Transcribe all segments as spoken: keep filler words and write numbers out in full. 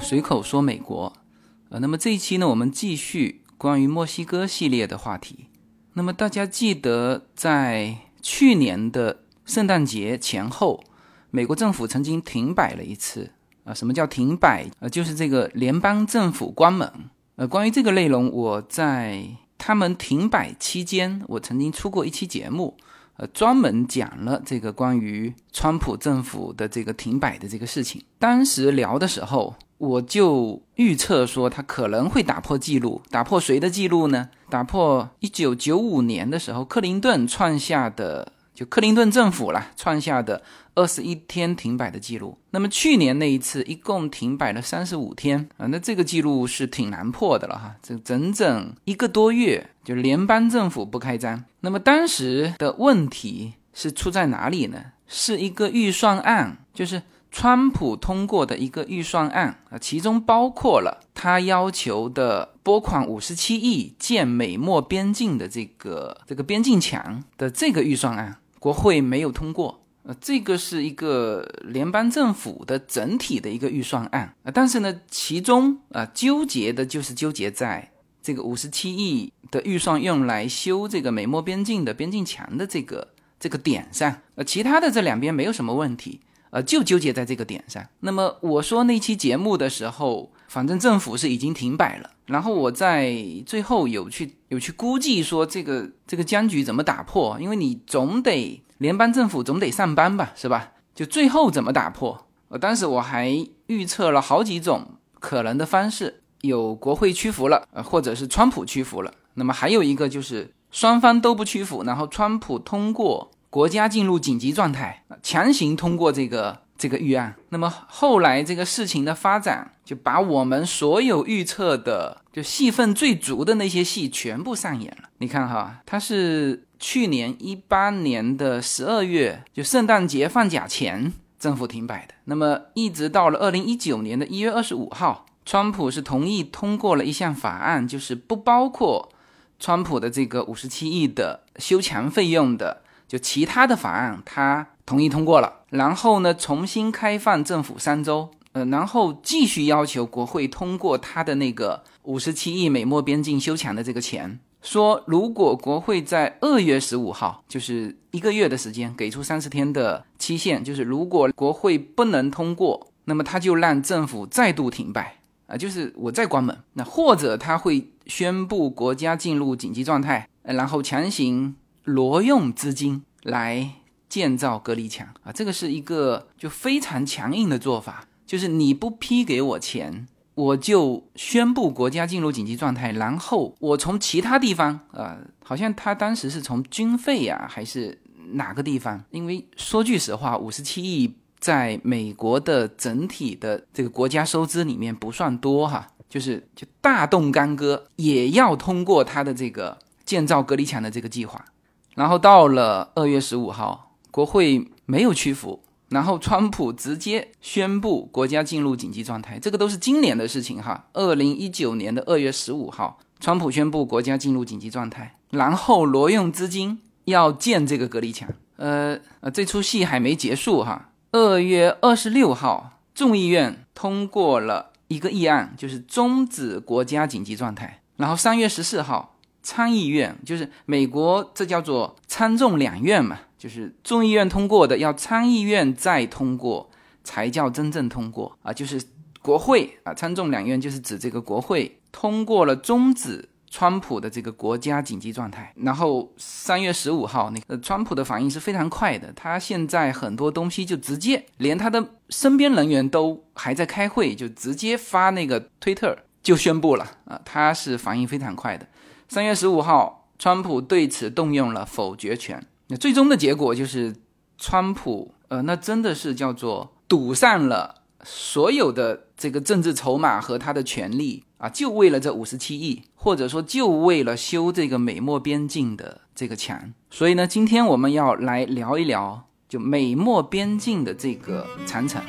随口说美国。呃，那么这一期呢，我们继续关于墨西哥系列的话题。那么大家记得在去年的圣诞节前后，美国政府曾经停摆了一次啊。什么叫停摆？呃，就是这个联邦政府关门。呃，关于这个内容，我在他们停摆期间，我曾经出过一期节目，呃，专门讲了这个关于川普政府的这个停摆的这个事情。当时聊的时候，我就预测说他可能会打破纪录。打破谁的纪录呢？打破一九九五年的时候克林顿创下的，就克林顿政府啦创下的二十一天停摆的纪录。那么去年那一次一共停摆了三十五天啊，那这个纪录是挺难破的了哈。这整整一个多月，就联邦政府不开张。那么当时的问题是出在哪里呢？是一个预算案，就是川普通过的一个预算案啊，其中包括了他要求的拨款五十七亿建美墨边境的这个这个边境墙的这个预算案，国会没有通过。呃，这个是一个联邦政府的整体的一个预算案，呃、但是呢，其中啊、呃、纠结的就是纠结在这个五十七亿的预算用来修这个美墨边境的边境墙的这个这个点上，呃，其他的这两边没有什么问题。呃，就纠结在这个点上。那么我说那期节目的时候，反正政府是已经停摆了。然后我在最后有去有去估计说这个这个僵局怎么打破，因为你总得联邦政府总得上班吧，是吧？就最后怎么打破？呃，当时我还预测了好几种可能的方式，有国会屈服了，呃，或者是川普屈服了。那么还有一个就是双方都不屈服，然后川普通过国家进入紧急状态，强行通过这个这个预案。那么后来这个事情的发展，就把我们所有预测的就戏份最足的那些戏全部上演了。你看哈，它是去年一八年的十二月，就圣诞节放假前政府停摆的。那么一直到了二零一九年的一月二十五号，川普是同意通过了一项法案，就是不包括川普的这个五十七亿的修墙费用的，就其他的法案他同意通过了。然后呢，重新开放政府三周，呃，然后继续要求国会通过他的那个五十七亿美墨边境修墙的这个钱，说如果国会在二月十五号，就是一个月的时间，给出三十天的期限，就是如果国会不能通过，那么他就让政府再度停摆啊、呃，就是我再关门。那或者他会宣布国家进入紧急状态，呃、然后强行挪用资金来建造隔离墙啊，这个是一个就非常强硬的做法，就是你不批给我钱，我就宣布国家进入紧急状态，然后我从其他地方呃，好像他当时是从军费啊还是哪个地方，因为说句实话，五十七亿在美国的整体的这个国家收支里面不算多哈，就是就大动干戈也要通过他的这个建造隔离墙的这个计划。然后到了二月十五号，国会没有屈服，然后川普直接宣布国家进入紧急状态，这个都是今年的事情哈。二零一九年的二月十五号，川普宣布国家进入紧急状态，然后挪用资金要建这个隔离墙。呃呃，这出戏还没结束哈。二月二十六号，众议院通过了一个议案，就是终止国家紧急状态。然后三月十四号。参议院，就是美国这叫做参众两院嘛，就是众议院通过的要参议院再通过才叫真正通过啊，就是国会啊，参众两院就是指这个国会通过了终止川普的这个国家紧急状态。然后三月十五号那个川普的反应是非常快的，他现在很多东西就直接连他的身边人员都还在开会，就直接发那个推特就宣布了啊，他是反应非常快的。三月十五号，川普对此动用了否决权。那最终的结果就是，川普呃，那真的是叫做赌上了所有的这个政治筹码和他的权利啊，就为了这五十七亿，或者说就为了修这个美墨边境的这个墙。所以呢，今天我们要来聊一聊就美墨边境的这个长城。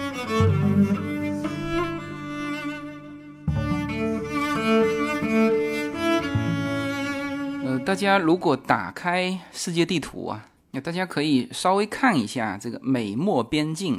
大家如果打开世界地图啊，大家可以稍微看一下这个美墨边境哈。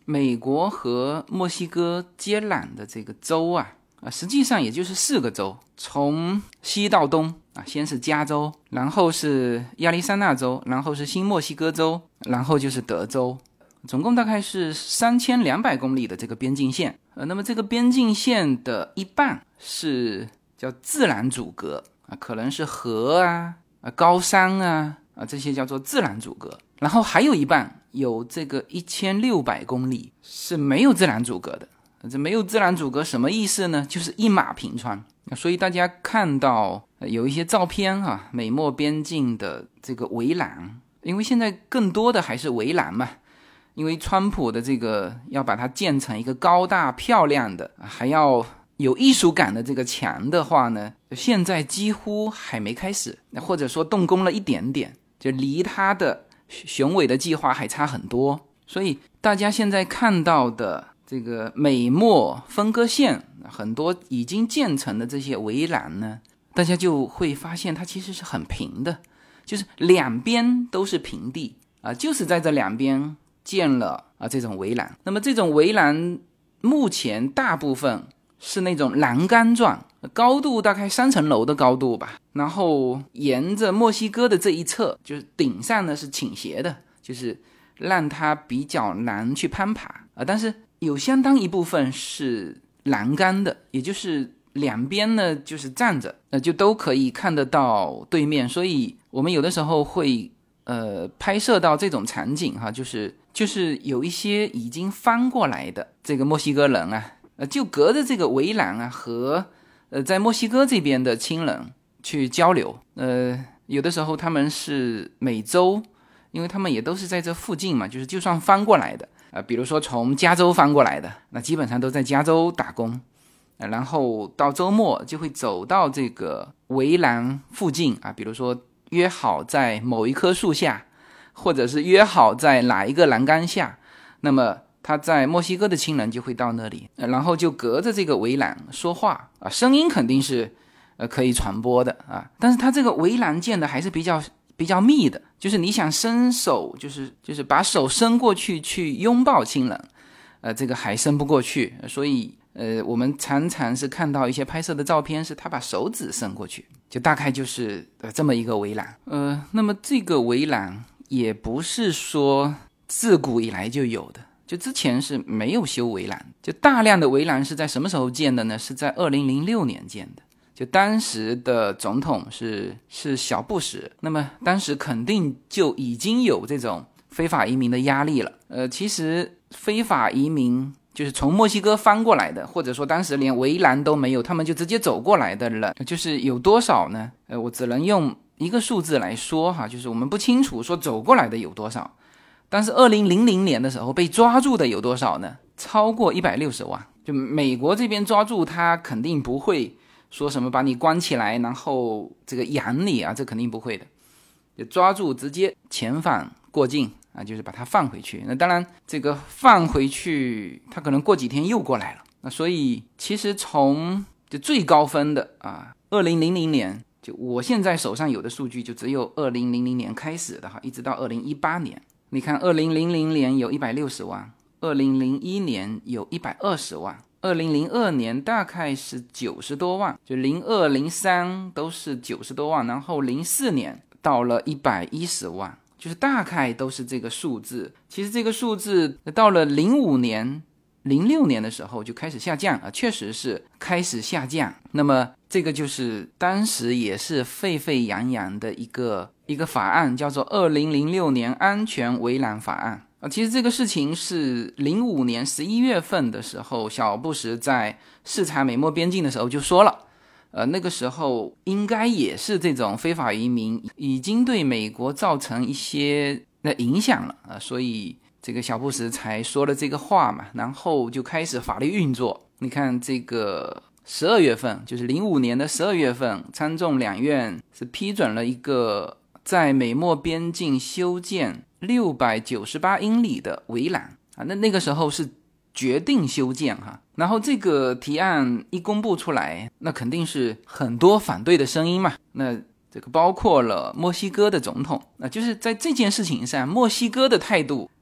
美国和墨西哥接壤的这个州啊，啊，实际上也就是四个州，从西到东啊，先是加州，然后是亚利桑那州，然后是新墨西哥州，然后就是德州，总共大概是三千两百公里的这个边境线。呃，那么这个边境线的一半是叫自然阻隔啊，可能是河啊、啊高山啊啊这些叫做自然阻隔，然后还有一半有这个一千六百公里是没有自然阻隔的。这没有自然阻隔什么意思呢？就是一马平川。所以大家看到有一些照片啊，美墨边境的这个围栏，因为现在更多的还是围栏嘛，因为川普的这个要把它建成一个高大漂亮的还要有艺术感的这个墙的话呢，现在几乎还没开始，或者说动工了一点点，就离它的雄伟的计划还差很多。所以大家现在看到的这个美墨分割线，很多已经建成的这些围栏呢，大家就会发现它其实是很平的，就是两边都是平地啊，就是在这两边建了啊这种围栏。那么这种围栏目前大部分是那种栏杆状，高度大概三层楼的高度吧，然后沿着墨西哥的这一侧，就是顶上呢是倾斜的，就是让它比较难去攀爬啊，但是有相当一部分是栏杆的，也就是两边呢就是站着，呃，就都可以看得到对面。所以我们有的时候会呃拍摄到这种场景哈，就是就是有一些已经翻过来的这个墨西哥人啊，呃，就隔着这个围栏啊和呃在墨西哥这边的亲人去交流。呃，有的时候他们是每周，因为他们也都是在这附近嘛，就是就算翻过来的。呃，比如说从加州翻过来的，那基本上都在加州打工，呃、然后到周末就会走到这个围栏附近啊，比如说约好在某一棵树下，或者是约好在哪一个栏杆下，那么他在墨西哥的亲人就会到那里，呃、然后就隔着这个围栏说话啊，声音肯定是呃可以传播的啊，但是他这个围栏建的还是比较。比较密的，就是你想伸手，就是就是把手伸过去去拥抱亲人，呃，这个还伸不过去，所以呃，我们常常是看到一些拍摄的照片，是他把手指伸过去，就大概就是呃这么一个围栏。呃，那么这个围栏也不是说自古以来就有的，就之前是没有修围栏，就大量的围栏是在什么时候建的呢？是在二零零六年建的。就当时的总统是是小布什，那么当时肯定就已经有这种非法移民的压力了。呃，其实非法移民就是从墨西哥翻过来的，或者说当时连围栏都没有，他们就直接走过来的人，就是有多少呢？呃，我只能用一个数字来说哈，就是我们不清楚说走过来的有多少，但是二零零零年的时候被抓住的有多少呢？超过一百六十万。就美国这边抓住他肯定不会说什么把你关起来然后这个养你啊，这肯定不会的，就抓住直接遣返过境啊，就是把它放回去。那当然这个放回去他可能过几天又过来了，那所以其实从就最高分的啊二零零零年，就我现在手上有的数据就只有二零零零年开始的哈，一直到二零一八年。你看二零零零年有一百六十万，二零零一年有一百二十万，二零零二年大概是九十多万，就零二零三都是九十多万，然后零四年到了一百一十万，就是大概都是这个数字。其实这个数字到了零五年零六年的时候就开始下降啊，确实是开始下降。那么这个就是当时也是沸沸扬扬的一个一个法案，叫做二零零六年安全围栏法案啊。其实这个事情是零五年十一月份的时候，小布什在视察美墨边境的时候就说了，呃，那个时候应该也是这种非法移民已经对美国造成一些的影响了啊，所以这个小布什才说了这个话嘛，然后就开始法律运作。你看这个十二月份，就是零五年的十二月份，参众两院是批准了一个在美墨边境修建六百九十八英里的围栏啊，那那个时候是决定修建哈，然后这个提案一公布出来，那肯定是很多反对的声音嘛。那这个包括了墨西哥的总统，那就是在这件事情上，墨西哥的态度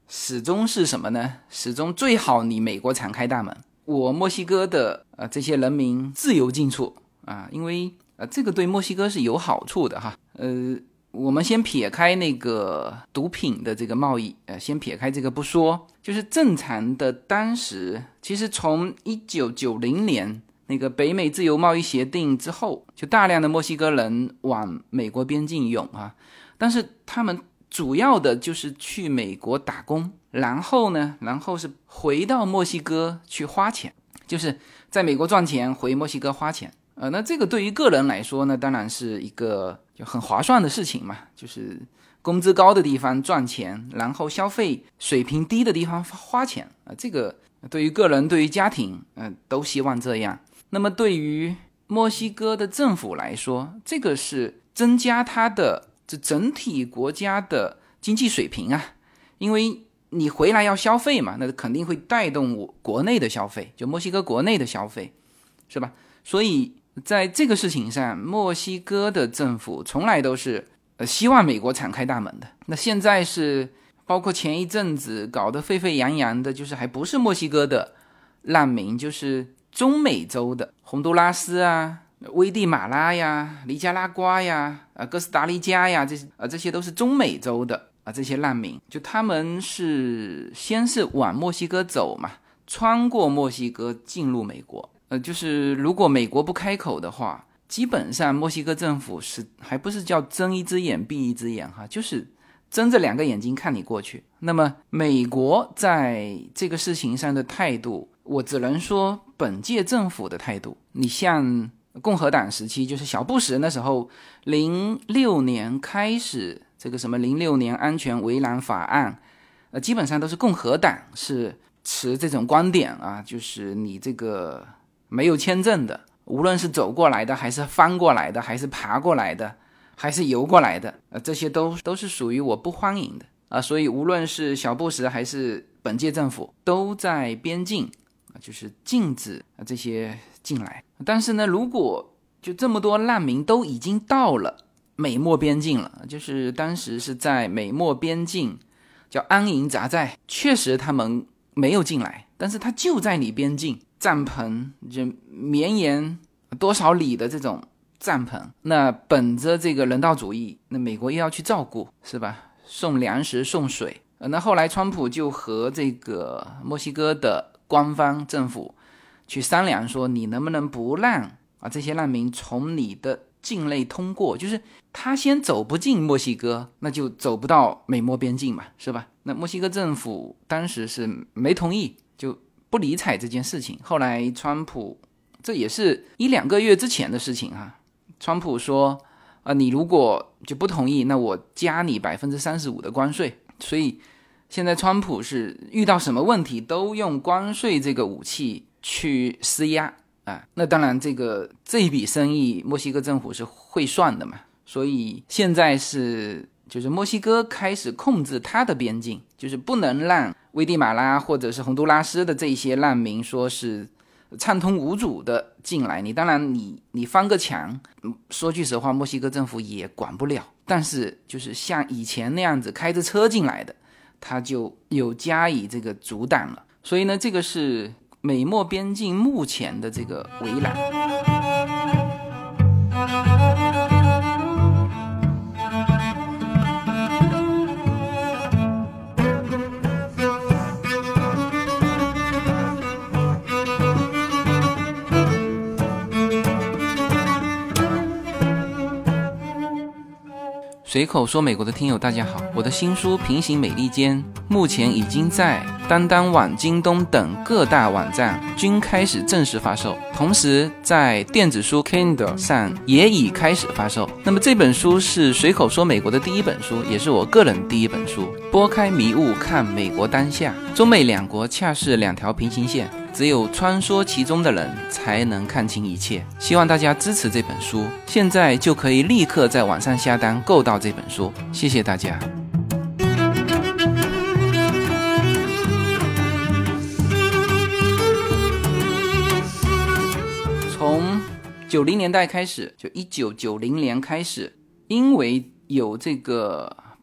始终是什么呢？始终最好你美国敞开大门，我墨西哥的呃这些人民自由进出啊，因为呃这个对墨西哥是有好处的哈。呃，我们先撇开那个毒品的这个贸易，呃，先撇开这个不说，就是正常的当时，其实从一九九零年那个北美自由贸易协定之后，就大量的墨西哥人往美国边境涌啊，但是他们主要的就是去美国打工，然后呢，然后是回到墨西哥去花钱，就是在美国赚钱，回墨西哥花钱。呃，那这个对于个人来说呢，当然是一个就很划算的事情嘛，就是工资高的地方赚钱，然后消费水平低的地方花钱啊、呃，这个对于个人，对于家庭，嗯、呃，都希望这样。那么对于墨西哥的政府来说，这个是增加它的这整体国家的经济水平啊，因为你回来要消费嘛，那肯定会带动我国内的消费，就墨西哥国内的消费，是吧？所以在这个事情上，墨西哥的政府从来都是呃希望美国敞开大门的。那现在是包括前一阵子搞得沸沸扬扬的，就是还不是墨西哥的难民，就是中美洲的洪都拉斯啊、危地马拉呀、尼加拉瓜呀、啊哥斯达黎加呀，这些啊这些都是中美洲的啊这些难民，就他们是先是往墨西哥走嘛，穿过墨西哥进入美国。呃，就是如果美国不开口的话，基本上墨西哥政府是还不是叫睁一只眼闭一只眼哈，就是睁着两个眼睛看你过去。那么美国在这个事情上的态度，我只能说本届政府的态度。你像共和党时期，就是小布什那时候零六年开始这个什么零六年安全围栏法案，呃，基本上都是共和党是持这种观点啊，就是你这个没有签证的，无论是走过来的还是翻过来的还是爬过来的还是游过来的、呃、这些都都是属于我不欢迎的啊。所以无论是小布什还是本届政府都在边境就是禁止这些进来。但是呢，如果就这么多难民都已经到了美墨边境了，就是当时是在美墨边境叫安营扎寨，确实他们没有进来，但是他就在你边境，帐篷就绵延多少里的这种帐篷，那本着这个人道主义，那美国又要去照顾，是吧？送粮食送水，那后来川普就和这个墨西哥的官方政府去商量说，你能不能不让啊这些难民从你的境内通过，就是他先走不进墨西哥，那就走不到美墨边境嘛，是吧？那墨西哥政府当时是没同意，就不理睬这件事情。后来川普，这也是一两个月之前的事情哈，川普说啊、呃，你如果就不同意，那我加你 百分之三十五 的关税。所以现在川普是遇到什么问题都用关税这个武器去施压啊。那当然这个这一笔生意墨西哥政府是会算的嘛，所以现在是就是墨西哥开始控制它的边境，就是不能让危地马拉或者是洪都拉斯的这些难民说是畅通无阻的进来。你当然你你翻个墙，说句实话墨西哥政府也管不了，但是就是像以前那样子开着车进来的，他就有加以这个阻挡了。所以呢，这个是美墨边境目前的这个围栏。随口说美国的听友大家好，我的新书《平行美利坚》目前已经在当当网、京东等各大网站均开始正式发售，同时在电子书 Kindle 上也已开始发售。那么这本书是随口说美国的第一本书，也是我个人第一本书。拨开迷雾看美国当下，中美两国恰是两条平行线，只有穿梭其中的人才能看清一切。希望大家支持这本书，现在就可以立刻在网上下单购到这本书，谢谢大家。从九零年代开始，就一九九零年开始，因为有这个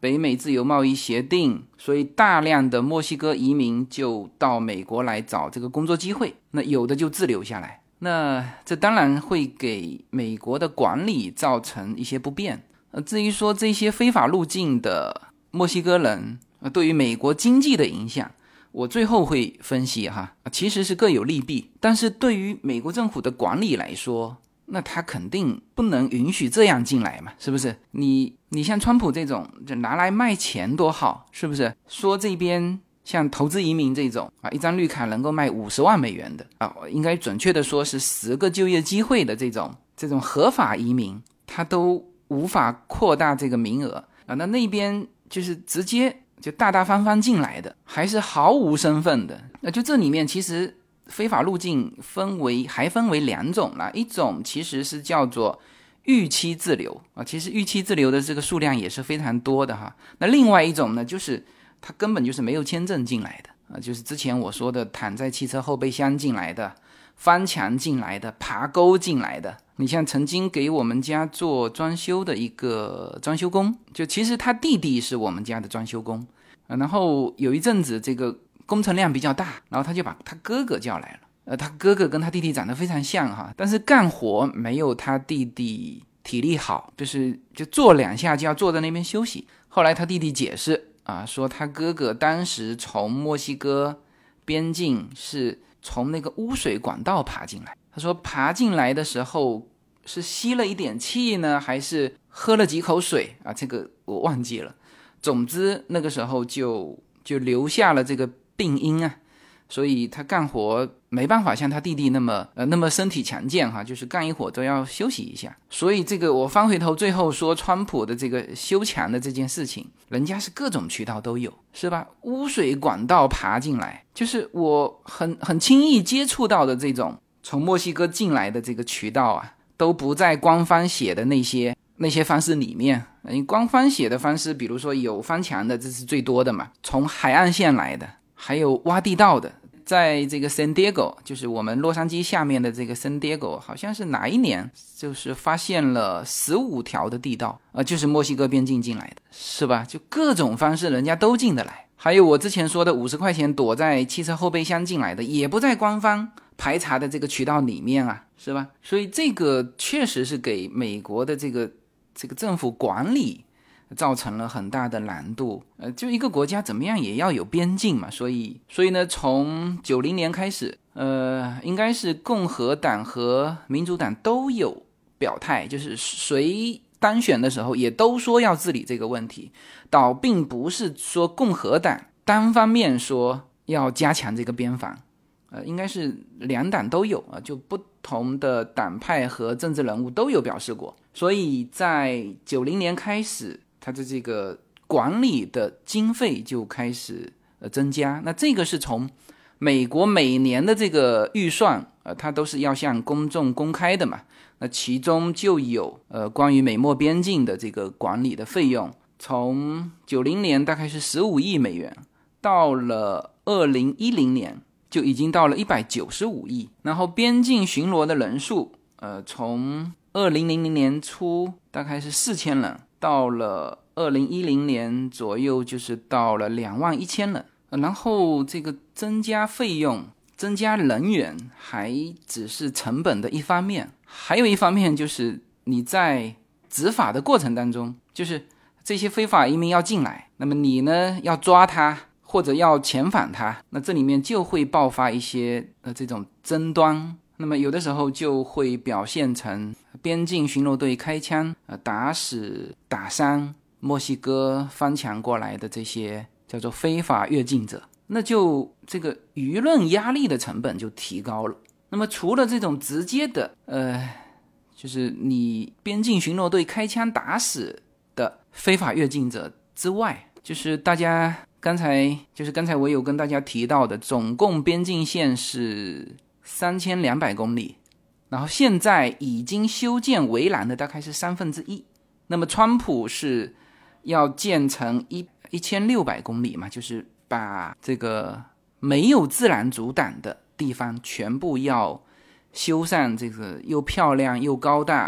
北美自由贸易协定，所以大量的墨西哥移民就到美国来找这个工作机会，那有的就滞留下来，那这当然会给美国的管理造成一些不便。呃，至于说这些非法入境的墨西哥人，呃，对于美国经济的影响，我最后会分析哈，其实是各有利弊。但是对于美国政府的管理来说，那他肯定不能允许这样进来嘛，是不是？你你像川普这种，就拿来卖钱多好，是不是？说这边像投资移民这种啊，一张绿卡能够卖五十万美元的啊，应该准确的说是十个就业机会的这种这种合法移民，他都无法扩大这个名额啊。那那边就是直接就大大方方进来的，还是毫无身份的。那就这里面其实非法入境分为还分为两种啦，一种其实是叫做逾期滞留啊，其实逾期滞留的这个数量也是非常多的哈。那另外一种呢，就是他根本就是没有签证进来的啊，就是之前我说的躺在汽车后备箱进来的、翻墙进来的、爬沟进来的。你像曾经给我们家做装修的一个装修工，就其实他弟弟是我们家的装修工啊，然后有一阵子这个工程量比较大，然后他就把他哥哥叫来了。呃，他哥哥跟他弟弟长得非常像哈，但是干活没有他弟弟体力好，就是就做两下就要坐在那边休息。后来他弟弟解释啊，说他哥哥当时从墨西哥边境是从那个污水管道爬进来。他说爬进来的时候是吸了一点气呢，还是喝了几口水啊？这个我忘记了。总之那个时候就就留下了这个病因啊，所以他干活没办法像他弟弟那么呃那么身体强健哈，就是干一会儿都要休息一下。所以这个我翻回头最后说川普的这个修墙的这件事情，人家是各种渠道都有，是吧？污水管道爬进来，就是我很很轻易接触到的这种从墨西哥进来的这个渠道啊，都不在官方写的那些那些方式里面。你官方写的方式，比如说有翻墙的，这是最多的嘛，从海岸线来的，还有挖地道的。在这个 San Diego， 就是我们洛杉矶下面的这个 San Diego， 好像是哪一年就是发现了十五条的地道，呃，就是墨西哥边境进来的，是吧？就各种方式人家都进得来。还有我之前说的五十块钱躲在汽车后备箱进来的，也不在官方排查的这个渠道里面啊，是吧？所以这个确实是给美国的这个这个政府管理造成了很大的难度。呃，就一个国家怎么样也要有边境嘛，所以所以呢，从九零年开始，呃，应该是共和党和民主党都有表态，就是谁当选的时候也都说要治理这个问题，倒并不是说共和党单方面说要加强这个边防，呃，应该是两党都有啊，就不同的党派和政治人物都有表示过。所以在九零年开始，它的这个管理的经费就开始呃增加。那这个是从美国每年的这个预算，呃，它都是要向公众公开的嘛。那其中就有呃关于美墨边境的这个管理的费用，从九零年大概是十五亿美元，到了二零一零年就已经到了一百九十五亿。然后边境巡逻的人数，呃，从二零零零年初大概是四千人，到了二零一零年左右就是到了两万一千人。然后这个增加费用、增加人员还只是成本的一方面，还有一方面就是你在执法的过程当中，就是这些非法移民要进来，那么你呢要抓他或者要遣返他，那这里面就会爆发一些呃这种争端。那么有的时候就会表现成边境巡逻队开枪，呃，打死打伤墨西哥翻墙过来的这些叫做非法越境者，那就这个舆论压力的成本就提高了。那么除了这种直接的呃，就是你边境巡逻队开枪打死的非法越境者之外，就是大家刚才就是刚才我有跟大家提到的，总共边境线是三千两百公里，然后现在已经修建围栏的大概是三分之一。那么川普是要建成一一千六百公里嘛，就是把这个没有自然阻挡的地方全部要修上这个又漂亮又高大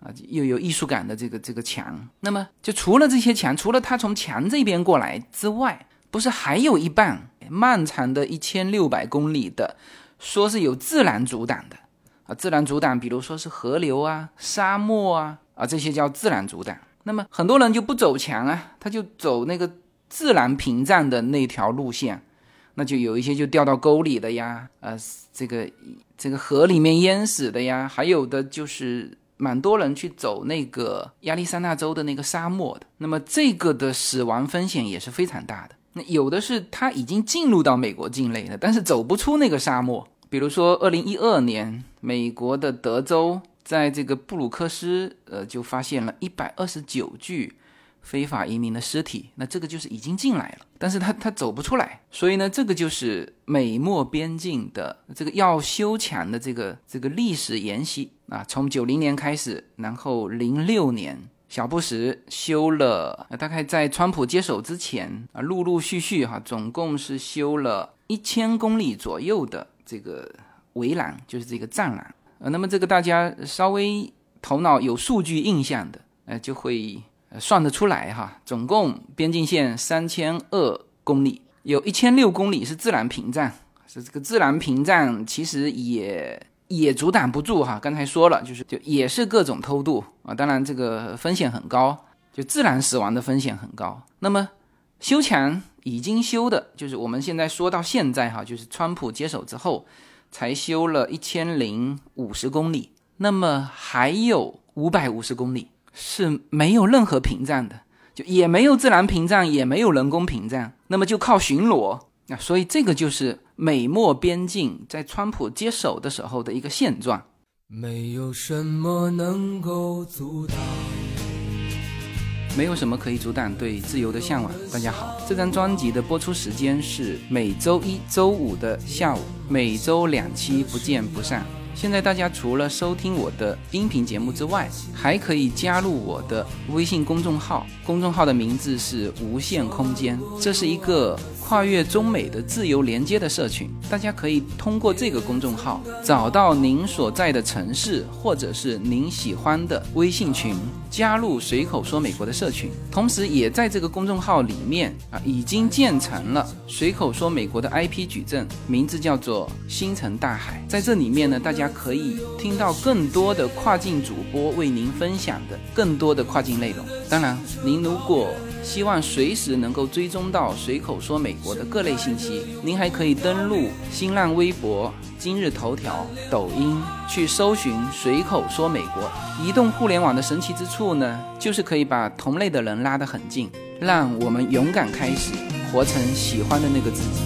啊，又有艺术感的这个这个墙。那么就除了这些墙，除了它从墙这边过来之外，不是还有一半漫长的一千六百公里的，说是有自然阻挡的啊，自然阻挡，比如说是河流啊、沙漠啊啊，这些叫自然阻挡。那么很多人就不走墙啊，他就走那个自然屏障的那条路线，那就有一些就掉到沟里的呀，呃，这个这个河里面淹死的呀，还有的就是蛮多人去走那个亚利桑那州的那个沙漠的，那么这个的死亡风险也是非常大的。那有的是他已经进入到美国境内了，但是走不出那个沙漠，比如说二零一二年美国的德州在这个布鲁克斯呃，就发现了一百二十九具非法移民的尸体，那这个就是已经进来了，但是他他走不出来，所以呢，这个就是美墨边境的这个要修墙的这个这个历史沿袭啊，从九零年开始，然后零六年小布什修了，大概在川普接手之前啊，陆陆续续哈、啊，总共是修了一千公里左右的这个围栏，就是这个栅栏。呃，那么这个大家稍微头脑有数据印象的，呃，就会算得出来哈。总共边境线三千二公里，有一千六公里是自然屏障，是这个自然屏障其实也也阻挡不住哈。刚才说了，就是就也是各种偷渡啊，当然这个风险很高，就自然死亡的风险很高。那么修墙已经修的，就是我们现在说到现在哈，就是川普接手之后。才修了一千零五十公里，那么还有五百五十公里是没有任何屏障的，就也没有自然屏障，也没有人工屏障，那么就靠巡逻啊，所以这个就是美墨边境在川普接手的时候的一个现状。 没有什么能够阻挡， 没有什么可以阻挡对自由的向往。大家好，这张专辑的播出时间是每周一周五的下午，每周两期，不见不散。现在大家除了收听我的音频节目之外，还可以加入我的微信公众号，公众号的名字是无限空间，这是一个跨越中美的自由连接的社群，大家可以通过这个公众号找到您所在的城市或者是您喜欢的微信群，加入随口说美国的社群，同时也在这个公众号里面啊，已经建成了随口说美国的 I P 矩阵，名字叫做星辰大海。在这里面呢，大家可以听到更多的跨境主播为您分享的更多的跨境内容。当然，您如果希望随时能够追踪到随口说美国的各类信息，您还可以登录新浪微博、今日头条、抖音去搜寻随口说美国。移动互联网的神奇之处呢，就是可以把同类的人拉得很近，让我们勇敢开始，活成喜欢的那个自己。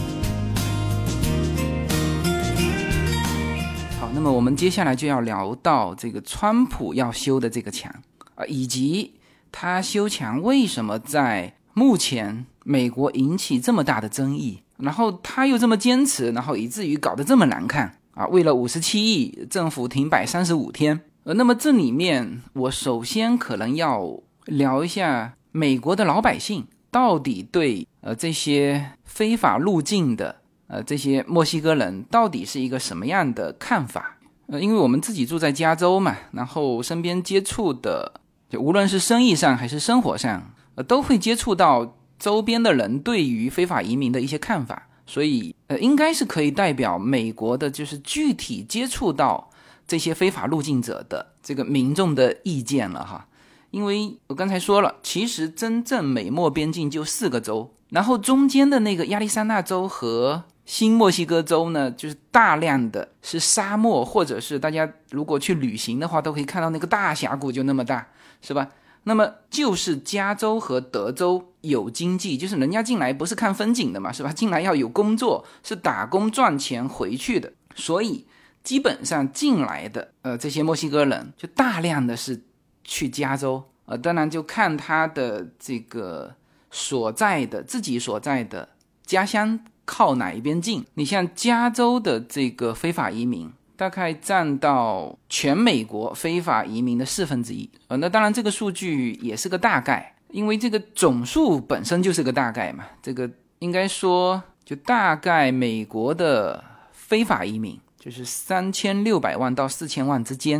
好，那么我们接下来就要聊到这个川普要修的这个墙啊，以及他修墙为什么在目前美国引起这么大的争议，然后他又这么坚持，然后以至于搞得这么难看啊！为了五十七亿，政府停摆三十五天。呃，那么这里面我首先可能要聊一下美国的老百姓到底对呃这些非法入境的呃这些墨西哥人到底是一个什么样的看法？呃，因为我们自己住在加州嘛，然后身边接触的。就无论是生意上还是生活上，呃，都会接触到周边的人对于非法移民的一些看法，所以呃，应该是可以代表美国的就是具体接触到这些非法入境者的这个民众的意见了哈。因为我刚才说了，其实真正美墨边境就四个州，然后中间的那个亚利桑那州和新墨西哥州呢，就是大量的是沙漠，或者是大家如果去旅行的话，都可以看到那个大峡谷就那么大，是吧？那么就是加州和德州有经济，就是人家进来不是看风景的嘛，是吧？进来要有工作，是打工赚钱回去的，所以基本上进来的呃这些墨西哥人就大量的是去加州，呃，当然就看他的这个所在的自己所在的家乡靠哪一边近。你像加州的这个非法移民大概占到全美国非法移民的四分之一，呃，那当然这个数据也是个大概，因为这个总数本身就是个大概嘛。这个应该说就大概美国的非法移民就是三千六百万到四千万之间，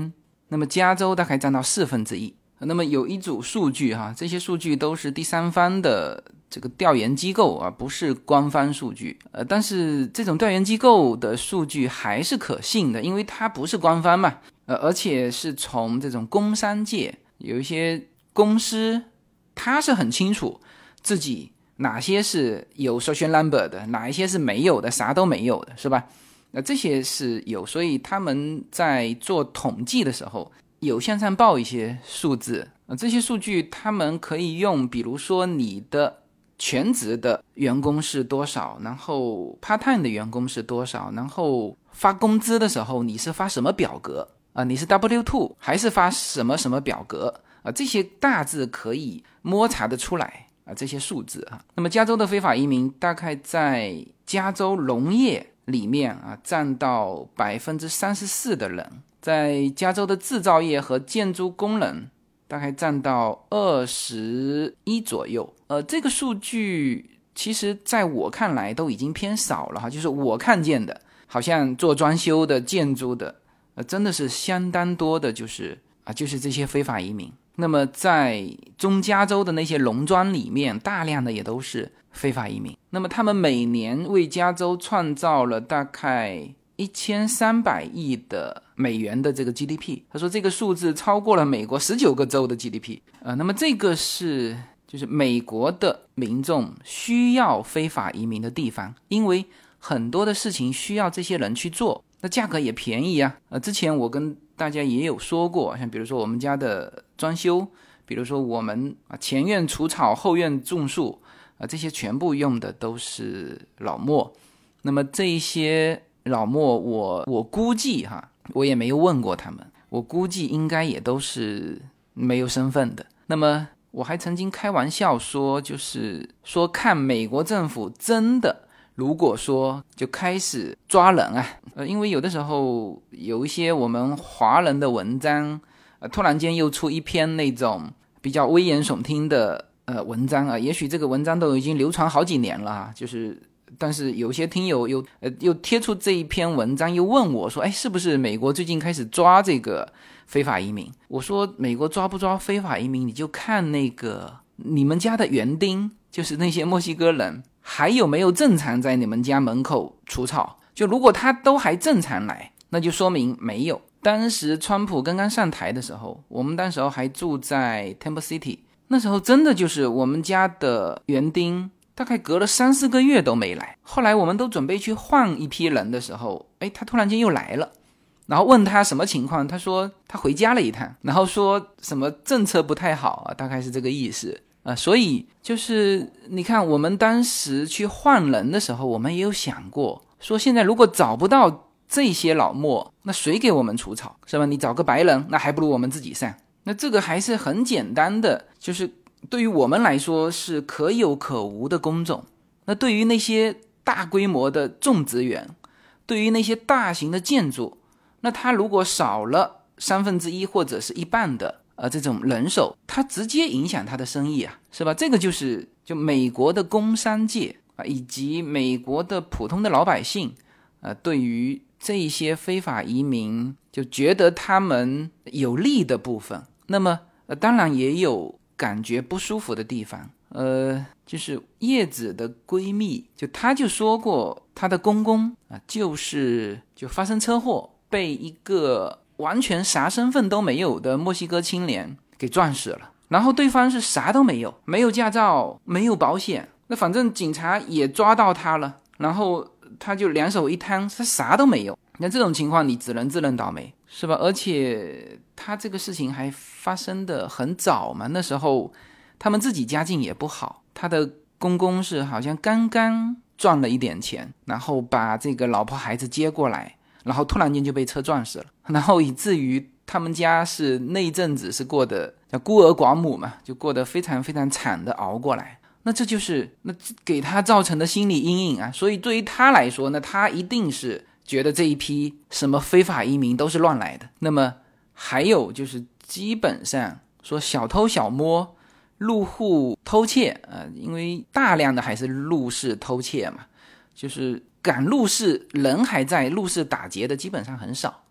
那么加州大概占到四分之一。那么有一组数据哈，这些数据都是第三方的这个调研机构啊，不是官方数据。呃，但是这种调研机构的数据还是可信的，因为它不是官方嘛，呃，而且是从这种工商界有一些公司，它是很清楚自己哪些是有 social number 的，哪一些是没有的，啥都没有的，是吧？那这些是有，所以他们在做统计的时候有向上报一些数字，呃，这些数据他们可以用，比如说你的全职的员工是多少，然后 part time 的员工是多少，然后发工资的时候你是发什么表格啊、呃？你是 W 二 还是发什么什么表格啊、呃？这些大致可以摸查得出来啊，这些数字啊。那么加州的非法移民大概在加州农业里面啊，占到百分之三十四的人。在加州的制造业和建筑工人大概占到二十一左右，呃，这个数据其实在我看来都已经偏少了哈，就是我看见的，好像做装修的、建筑的，呃，真的是相当多的，就是啊，就是这些非法移民。那么在中加州的那些农庄里面，大量的也都是非法移民。那么他们每年为加州创造了大概一千三百亿的美元的这个 G D P， 他说这个数字超过了美国十九个州的 G D P。呃，那么这个是就是美国的民众需要非法移民的地方，因为很多的事情需要这些人去做，那价格也便宜啊。呃，之前我跟大家也有说过，像比如说我们家的装修，比如说我们啊前院除草后院种树啊，这些全部用的都是老墨。那么这一些老墨我我估计哈，我也没有问过他们，我估计应该也都是没有身份的。那么我还曾经开玩笑说，就是说看美国政府真的如果说就开始抓人啊，呃，因为有的时候有一些我们华人的文章，呃，突然间又出一篇那种比较危言耸听的呃文章啊，也许这个文章都已经流传好几年了啊，就是。但是有些听友又呃又贴出这一篇文章，又问我说，哎，是不是美国最近开始抓这个非法移民？我说美国抓不抓非法移民，你就看那个你们家的园丁，就是那些墨西哥人，还有没有正常在你们家门口除草。就如果他都还正常来，那就说明没有。当时川普刚刚上台的时候，我们当时候还住在 Temple City， 那时候真的就是我们家的园丁大概隔了三四个月都没来，后来我们都准备去换一批人的时候，哎，他突然间又来了，然后问他什么情况，他说他回家了一趟，然后说什么政策不太好啊，大概是这个意思啊。所以就是你看我们当时去换人的时候，我们也有想过，说现在如果找不到这些老墨，那谁给我们除草，是吧？你找个白人，那还不如我们自己上。那这个还是很简单的，就是对于我们来说是可有可无的工种。那对于那些大规模的种植园，对于那些大型的建筑，那它如果少了三分之一或者是一半的呃这种人手，它直接影响它的生意啊，是吧？这个就是就美国的工商界啊，以及美国的普通的老百姓呃，对于这些非法移民就觉得他们有利的部分，那么呃当然也有感觉不舒服的地方。呃，就是叶子的闺蜜，就她就说过，她的公公啊，就是就发生车祸，被一个完全啥身份都没有的墨西哥青年给撞死了。然后对方是啥都没有，没有驾照，没有保险，那反正警察也抓到他了，然后他就两手一摊，他啥都没有。那这种情况你只能自认倒霉，是吧？而且他这个事情还发生的很早嘛，那时候他们自己家境也不好，他的公公是好像刚刚赚了一点钱，然后把这个老婆孩子接过来，然后突然间就被车撞死了，然后以至于他们家是那一阵子是过得叫孤儿寡母嘛，就过得非常非常惨的熬过来。那这就是那给他造成的心理阴影啊。所以对于他来说，那他一定是觉得这一批什么非法移民都是乱来的。那么还有就是基本上说小偷小摸入户偷窃呃，因为大量的还是入室偷窃嘛，就是敢入室人还在入室打劫的基本上很少。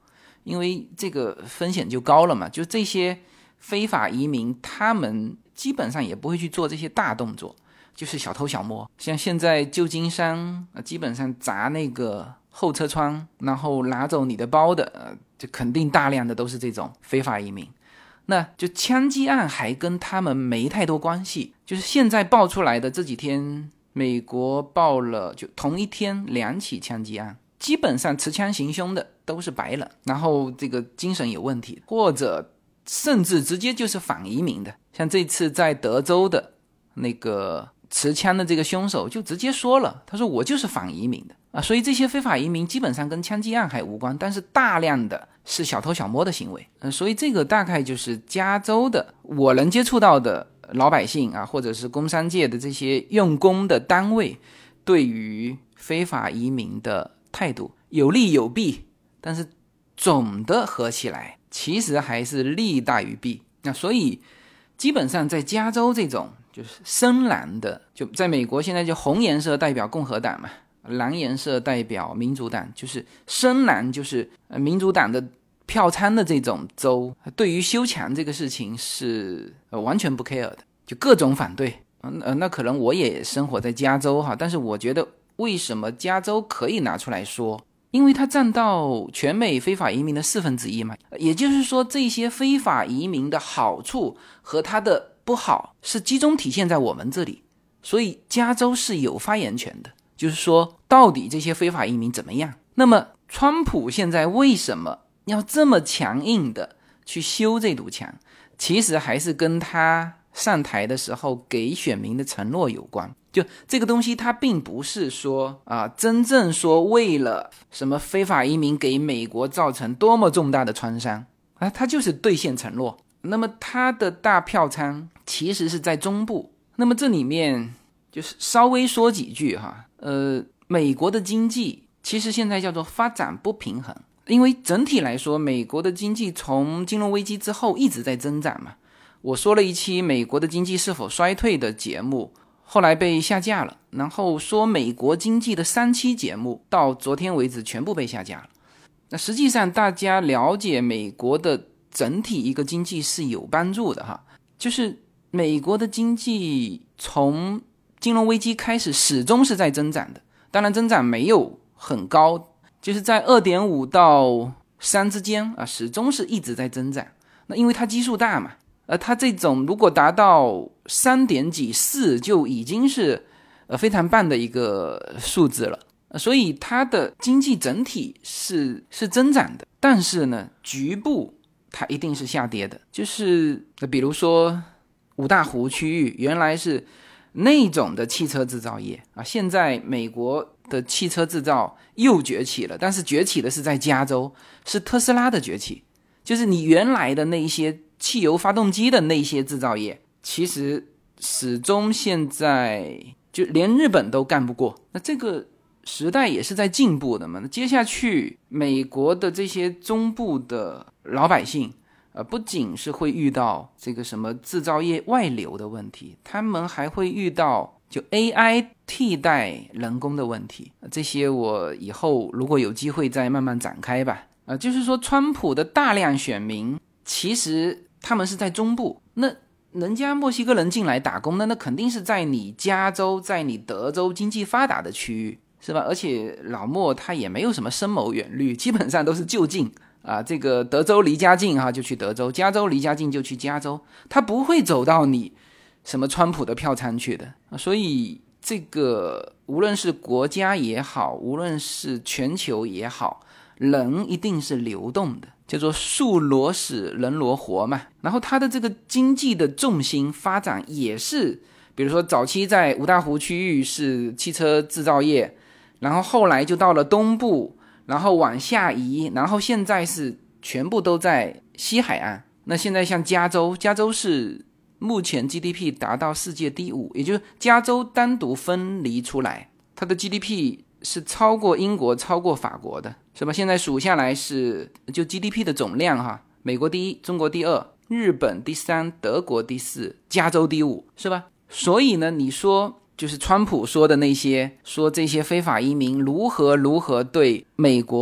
因为这个风险就高了嘛。就这些非法移民，他们基本上也不会去做这些大动作，就是小偷小摸。像现在旧金山基本上砸那个后车窗，然后拿走你的包的，呃，就肯定大量的都是这种非法移民。那就枪击案还跟他们没太多关系，就是现在爆出来的这几天，美国爆了就同一天两起枪击案，基本上持枪行凶的都是白人，然后这个精神有问题，或者甚至直接就是反移民的。像这次在德州的那个持枪的这个凶手就直接说了，他说我就是反移民的啊，所以这些非法移民基本上跟枪击案还无关，但是大量的是小偷小摸的行为。呃，所以这个大概就是加州的我能接触到的老百姓啊，或者是工商界的这些用工的单位对于非法移民的态度，有利有弊，但是总的合起来其实还是利大于弊。那所以基本上在加州这种就是深蓝的，就在美国现在就红颜色代表共和党嘛，蓝颜色代表民主党，就是深蓝就是民主党的票仓的这种州，对于修墙这个事情是完全不 care 的，就各种反对。呃，那可能我也生活在加州哈，但是我觉得为什么加州可以拿出来说，因为它占到全美非法移民的四分之一嘛，也就是说这些非法移民的好处和它的不好是集中体现在我们这里，所以加州是有发言权的，就是说到底这些非法移民怎么样。那么川普现在为什么要这么强硬的去修这堵墙，其实还是跟他上台的时候给选民的承诺有关。就这个东西他并不是说啊，真正说为了什么非法移民给美国造成多么重大的创伤啊，他就是兑现承诺。那么他的大票仓其实是在中部，那么这里面就是稍微说几句哈，呃，美国的经济其实现在叫做发展不平衡，因为整体来说美国的经济从金融危机之后一直在增长嘛。我说了一期美国的经济是否衰退的节目，后来被下架了，然后说美国经济的三期节目到昨天为止全部被下架了。那实际上大家了解美国的整体一个经济是有帮助的哈，就是美国的经济从金融危机开始始终是在增长的，当然增长没有很高，就是在 二点五 到三之间啊，始终是一直在增长。那因为它基数大嘛，呃，它这种如果达到三点几四就已经是呃非常棒的一个数字了，呃、所以它的经济整体是是增长的，但是呢，局部它一定是下跌的。就是比如说五大湖区域原来是那种的汽车制造业啊，现在美国的汽车制造又崛起了，但是崛起的是在加州，是特斯拉的崛起。就是你原来的那些汽油发动机的那些制造业，其实始终现在就连日本都干不过。那这个时代也是在进步的嘛。那接下去美国的这些中部的老百姓呃，不仅是会遇到这个什么制造业外流的问题，他们还会遇到就 A I 替代人工的问题。这些我以后如果有机会再慢慢展开吧。呃，就是说川普的大量选民其实他们是在中部，那人家墨西哥人进来打工的，那肯定是在你加州在你德州经济发达的区域，是吧？而且老莫他也没有什么深谋远虑，基本上都是就近啊，这个德州离家近哈，就去德州，加州离家近就去加州，他不会走到你什么川普的票仓去的。所以这个无论是国家也好，无论是全球也好，人一定是流动的，叫做树挪死人挪活嘛。然后它的这个经济的重心发展也是，比如说早期在五大湖区域是汽车制造业，然后后来就到了东部，然后往下移，然后现在是全部都在西海岸。那现在像加州，加州是目前 G D P 达到世界第五，也就是加州单独分离出来，它的 G D P 是超过英国超过法国的，是吧？现在数下来是就 G D P 的总量哈，美国第一，中国第二，日本第三，德国第四，加州第五，是吧？所以呢，你说就是川普说的那些，说这些非法移民如何如何对美国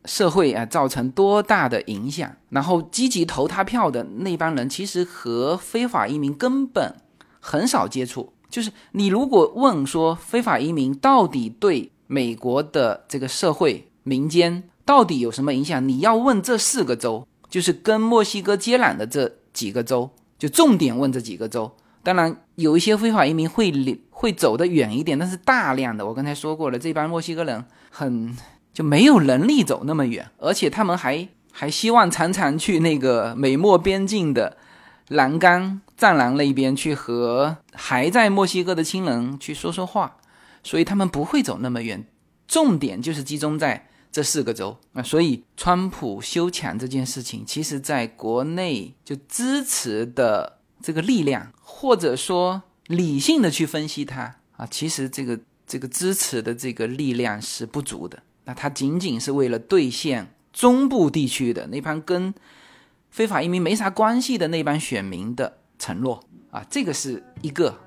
社会啊造成多大的影响，然后积极投他票的那帮人其实和非法移民根本很少接触。就是你如果问说非法移民到底对美国的这个社会民间到底有什么影响，你要问这四个州，就是跟墨西哥接壤的这几个州，就重点问这几个州。当然有一些非法移民会会走得远一点，但是大量的我刚才说过了，这帮墨西哥人很就没有能力走那么远，而且他们还还希望常常去那个美墨边境的栏杆藏廊那边去和还在墨西哥的亲人去说说话，所以他们不会走那么远，重点就是集中在这四个州。那所以川普修墙这件事情，其实在国内就支持的这个力量，或者说理性的去分析它啊，其实这个这个支持的这个力量是不足的。那它仅仅是为了兑现中部地区的那帮跟非法移民没啥关系的那帮选民的承诺啊，这个是一个。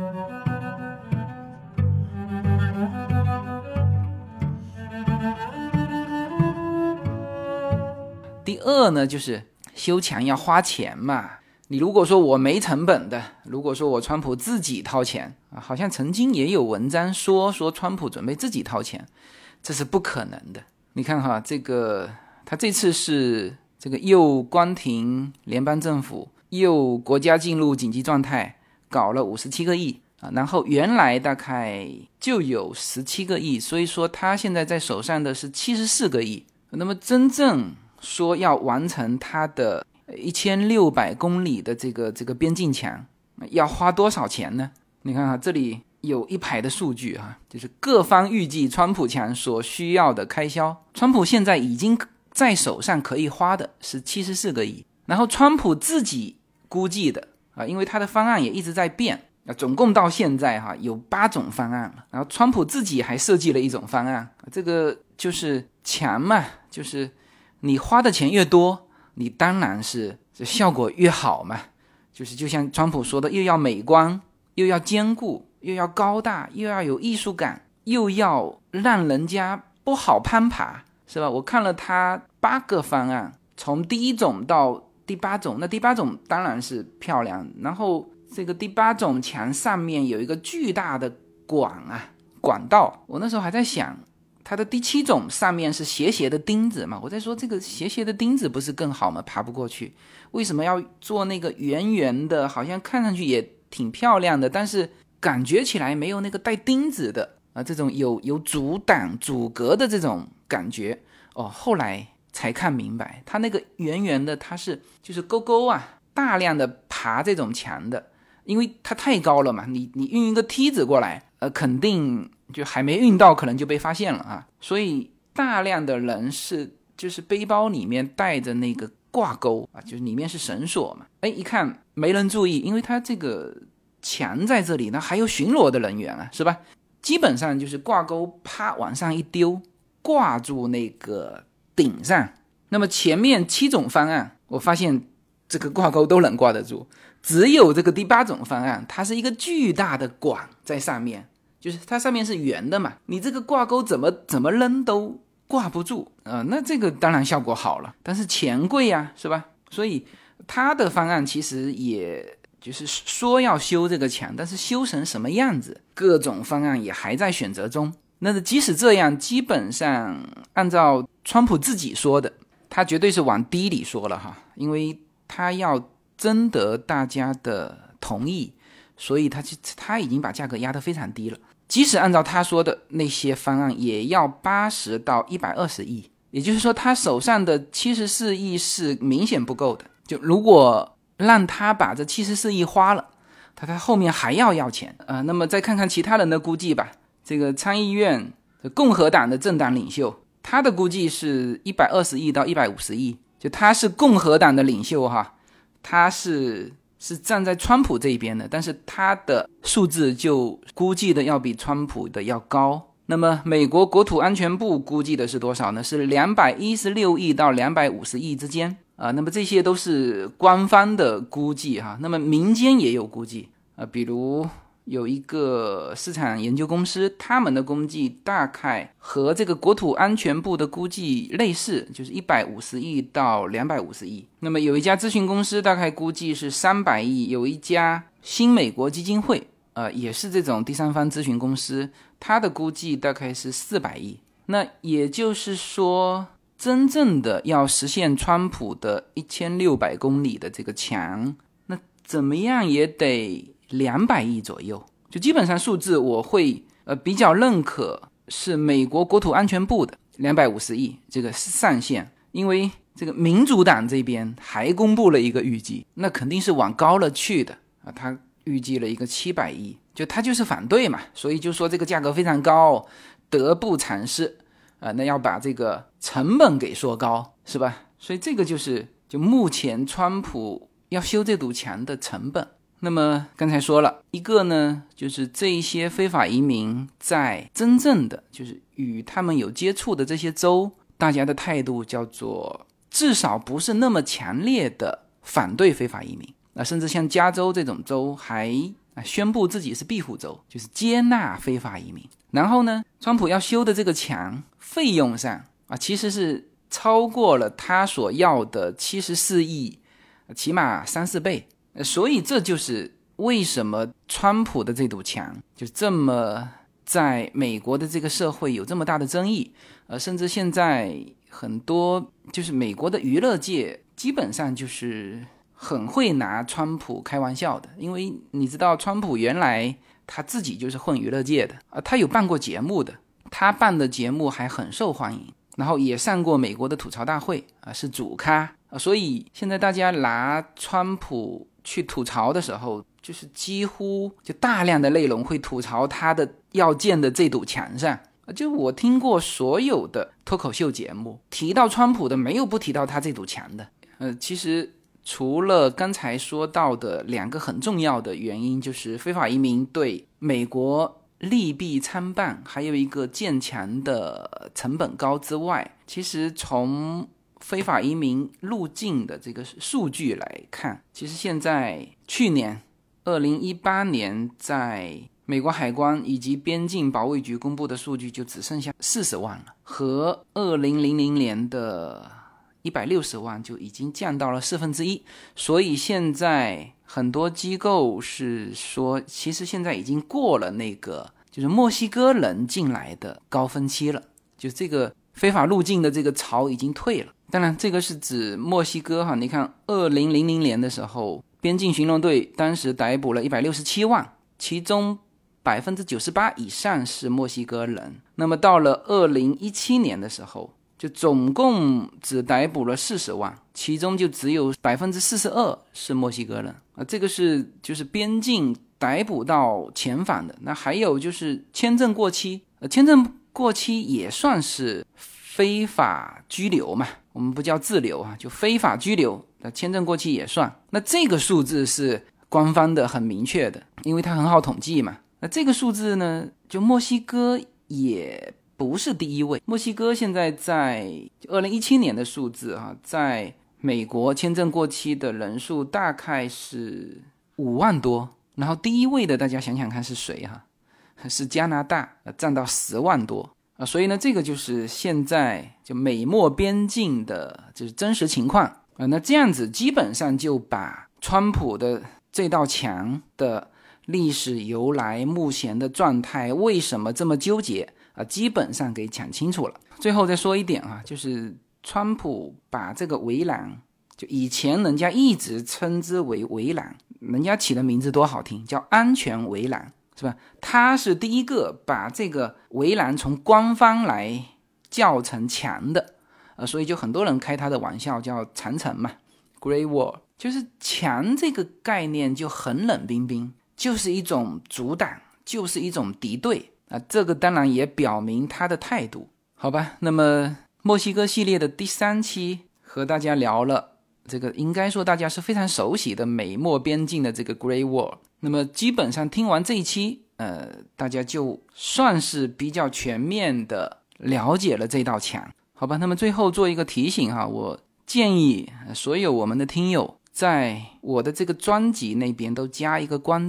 第二呢，就是修墙要花钱嘛。你如果说我没成本的，如果说我川普自己掏钱啊，好像曾经也有文章说说川普准备自己掏钱，这是不可能的。你看哈，这个他这次是这个又关停联邦政府，又国家进入紧急状态，搞了五十七个亿啊，然后原来大概就有十七个亿，所以说他现在在手上的是七十四个亿。那么真正说要完成他的一千六百公里的这个这个边境墙，要花多少钱呢？你看啊，这里有一排的数据啊，就是各方预计川普墙所需要的开销。川普现在已经在手上可以花的是七十四个亿，然后川普自己估计的啊，因为他的方案也一直在变，总共到现在哈、啊、有八种方案了，然后川普自己还设计了一种方案，这个就是墙嘛，就是你花的钱越多，你当然是效果越好嘛。就是就像川普说的，又要美观，又要坚固，又要高大，又要有艺术感，又要让人家不好攀爬，是吧？我看了他八个方案，从第一种到第八种，那第八种当然是漂亮，然后这个第八种墙上面有一个巨大的管啊管道，我那时候还在想，它的第七种上面是斜斜的钉子嘛，我在说这个斜斜的钉子不是更好吗？爬不过去，为什么要做那个圆圆的，好像看上去也挺漂亮的，但是感觉起来没有那个带钉子的啊，这种有有阻挡阻隔的这种感觉哦。后来才看明白，它那个圆圆的，它是就是勾勾啊，大量的爬这种墙的，因为它太高了嘛，你你运一个梯子过来，呃，肯定就还没运到，可能就被发现了啊。所以大量的人是就是背包里面带着那个挂钩啊，就是里面是绳索嘛。哎，一看没人注意，因为它这个墙在这里，那还有巡逻的人员啊，是吧？基本上就是挂钩，啪往上一丢，挂住那个顶上。那么前面七种方案，我发现这个挂钩都能挂得住，只有这个第八种方案，它是一个巨大的管在上面，就是它上面是圆的嘛，你这个挂钩怎么怎么扔都挂不住啊、呃，那这个当然效果好了，但是钱贵啊，是吧？所以它的方案其实也就是说要修这个墙，但是修成什么样子，各种方案也还在选择中。那即使这样，基本上按照川普自己说的，他绝对是往低里说了哈，因为他要征得大家的同意，所以他他已经把价格压得非常低了。即使按照他说的那些方案，也要八十到一百二十亿，也就是说他手上的七十四亿是明显不够的。就如果让他把这七十四亿花了，他他后面还要要钱啊、呃。那么再看看其他人的估计吧。这个参议院共和党的政党领袖，他的估计是一百二十亿到一百五十亿，就他是共和党的领袖哈，他是是站在川普这一边的，但是他的数字就估计的要比川普的要高。那么美国国土安全部估计的是多少呢？是两百一十六亿到两百五十亿之间啊。那么这些都是官方的估计哈，那么民间也有估计啊，比如有一个市场研究公司，他们的估计大概和这个国土安全部的估计类似，就是一百五十亿到两百五十亿。那么有一家咨询公司大概估计是三百亿，有一家新美国基金会呃，也是这种第三方咨询公司，它的估计大概是四百亿。那也就是说，真正的要实现川普的一千六百公里的这个墙，那怎么样也得两百亿左右。就基本上数字我会呃比较认可是美国国土安全部的两百五十亿这个上限，因为这个民主党这边还公布了一个预计，那肯定是往高了去的啊，他预计了一个七百亿，就他就是反对嘛，所以就说这个价格非常高，得不偿失啊，那要把这个成本给说高，是吧？所以这个就是就目前川普要修这堵墙的成本。那么刚才说了一个呢，就是这一些非法移民在真正的就是与他们有接触的这些州，大家的态度叫做至少不是那么强烈的反对非法移民啊，甚至像加州这种州还宣布自己是庇护州，就是接纳非法移民。然后呢，川普要修的这个墙费用上啊，其实是超过了他所要的七十四亿，起码三四倍。所以这就是为什么川普的这堵墙就这么在美国的这个社会有这么大的争议，呃，甚至现在很多就是美国的娱乐界基本上就是很会拿川普开玩笑的，因为你知道川普原来他自己就是混娱乐界的啊，他有办过节目的，他办的节目还很受欢迎，然后也上过美国的吐槽大会啊，是主咖啊，所以现在大家拿川普去吐槽的时候，就是几乎就大量的内容会吐槽他的要建的这堵墙上。就我听过所有的脱口秀节目，提到川普的没有不提到他这堵墙的。呃，其实除了刚才说到的两个很重要的原因，就是非法移民对美国利弊参半，还有一个建墙的成本高之外，其实从非法移民入境的这个数据来看，其实现在去年二零一八年在美国海关以及边境保卫局公布的数据就只剩下四十万了，和二零零零年的一百六十万就已经降到了四分之一。所以现在很多机构是说，其实现在已经过了那个就是墨西哥人进来的高峰期了，就这个非法入境的这个潮已经退了。当然这个是指墨西哥哈，你看二零零零年的时候，边境巡逻队当时逮捕了一百六十七万，其中 百分之九十八 以上是墨西哥人。那么到了二零一七年的时候，就总共只逮捕了四十万，其中就只有 百分之四十二 是墨西哥人啊，这个是就是边境逮捕到遣返的。那还有就是签证过期，呃，签证过期也算是非法拘留嘛，我们不叫滞留啊，就非法拘留，那签证过期也算。那这个数字是官方的很明确的，因为它很好统计嘛。那这个数字呢，就墨西哥也不是第一位，墨西哥现在在二零一七年的数字啊，在美国签证过期的人数大概是五万多，然后第一位的大家想想看是谁哈、啊？是加拿大，占到十万多啊。所以呢，这个就是现在就美墨边境的就是真实情况啊。那这样子基本上就把川普的这道墙的历史由来、目前的状态、为什么这么纠结啊，基本上给讲清楚了。最后再说一点啊，就是川普把这个围栏，就以前人家一直称之为围栏，人家起的名字多好听，叫安全围栏，是吧？他是第一个把这个围栏从官方来叫成墙的，呃，所以就很多人开他的玩笑，叫长城嘛 ，Great Wall， 就是墙这个概念就很冷冰冰，就是一种阻挡，就是一种敌对啊，这个当然也表明他的态度，好吧？那么墨西哥系列的第三期和大家聊了这个应该说大家是非常熟悉的美墨边境的这个 Great Wall， 那么基本上听完这一期呃，大家就算是比较全面的了解了这道墙，好吧？那么最后做一个提醒哈，我建议所有我们的听友在我的这个专辑那边都加一个关注，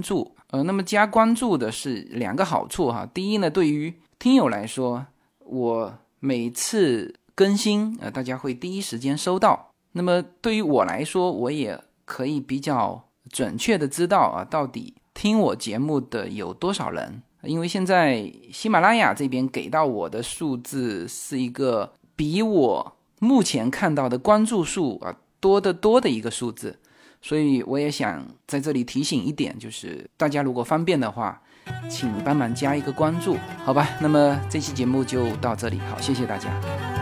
呃，那么加关注的是两个好处哈。第一呢，对于听友来说，我每次更新呃，大家会第一时间收到。那么对于我来说，我也可以比较准确的知道啊，到底听我节目的有多少人。因为现在喜马拉雅这边给到我的数字是一个比我目前看到的关注数啊多得多的一个数字，所以我也想在这里提醒一点，就是大家如果方便的话，请帮忙加一个关注，好吧？那么这期节目就到这里，好，谢谢大家。